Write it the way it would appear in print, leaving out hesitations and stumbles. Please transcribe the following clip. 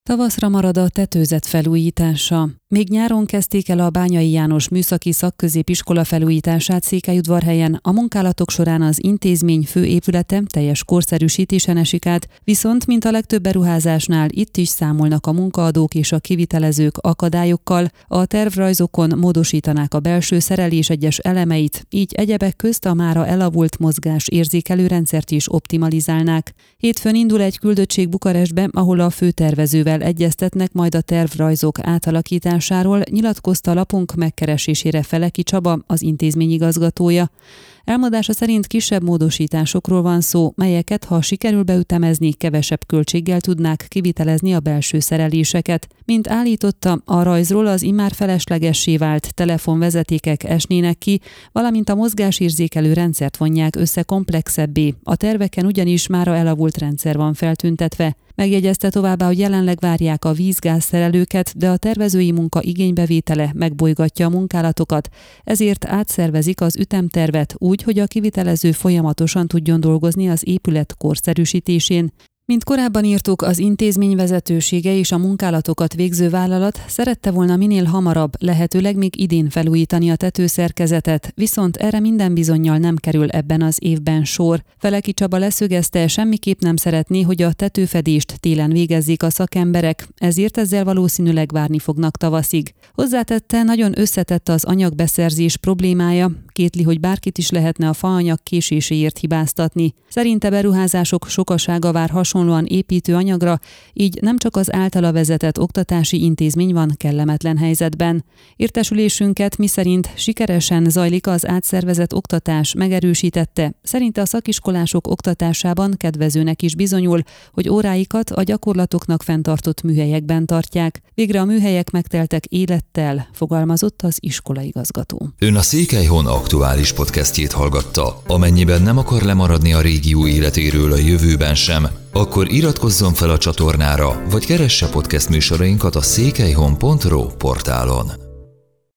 Tavaszra marad a tetőzet felújítása. Még nyáron kezdték el a Bányai János Műszaki Szakközépiskola felújítását Székelyudvarhelyen, a munkálatok során az intézmény főépülete teljes korszerűsítésen esik át, viszont mint a legtöbb beruházásnál itt is számolnak a munkaadók és a kivitelezők akadályokkal, a tervrajzokon módosítanák a belső szerelés egyes elemeit, így egyebek közt a mára elavult mozgás érzékelő rendszert is optimalizálnák. Hétfőn indul egy küldöttség Bukarestbe, ahol a főtervezővel egyeztetnek majd a tervrajzok átalakításáról, nyilatkozta lapunk megkeresésére Feleki Csaba, az intézmény igazgatója. Elmondása szerint kisebb módosításokról van szó, melyeket, ha sikerül beütemezni, kevesebb költséggel tudnák kivitelezni a belső szereléseket. Mint állította, a rajzról az immár feleslegessé vált telefonvezetékek esnének ki, valamint a mozgásérzékelő rendszert vonják össze komplexebbé. A terveken ugyanis mára elavult rendszer van feltüntetve. Megjegyezte továbbá, hogy jelenleg várják a vízgázszerelőket, de a tervezői munka igénybevétele megbolygatja a munkálatokat, ezért átszervezik az ütemtervet úgy, hogy a kivitelező folyamatosan tudjon dolgozni az épület korszerűsítésén. Mint korábban írtuk, az intézmény vezetősége és a munkálatokat végző vállalat szerette volna minél hamarabb, lehetőleg még idén felújítani a tetőszerkezetet, viszont erre minden bizonnyal nem kerül ebben az évben sor. Feleki Csaba leszögezte, semmiképp nem szeretné, hogy a tetőfedést télen végezzék a szakemberek, ezért ezzel valószínűleg várni fognak tavaszig. Hozzátette, nagyon összetett az anyagbeszerzés problémája, kétli, hogy bárkit is lehetne a faanyag késéséért hibáztatni. Szerinte beruházások sokasága vár hasonlóan építő anyagra, így nem csak az általa vezetett oktatási intézmény van kellemetlen helyzetben. Értesülésünket miszerint sikeresen zajlik az átszervezett oktatás, megerősítette. Szerinte a szakiskolások oktatásában kedvezőnek is bizonyul, hogy óráikat a gyakorlatoknak fenntartott műhelyekben tartják. Végre a műhelyek megteltek élettel, fogalmazott az iskolaigazgató. Ön a Székelyhon aktuális podcastjét hallgatta. Amennyiben nem akar lemaradni a régió életéről a jövőben sem, akkor iratkozzon fel a csatornára, vagy keresse podcast műsorainkat a székelyhon.ro portálon.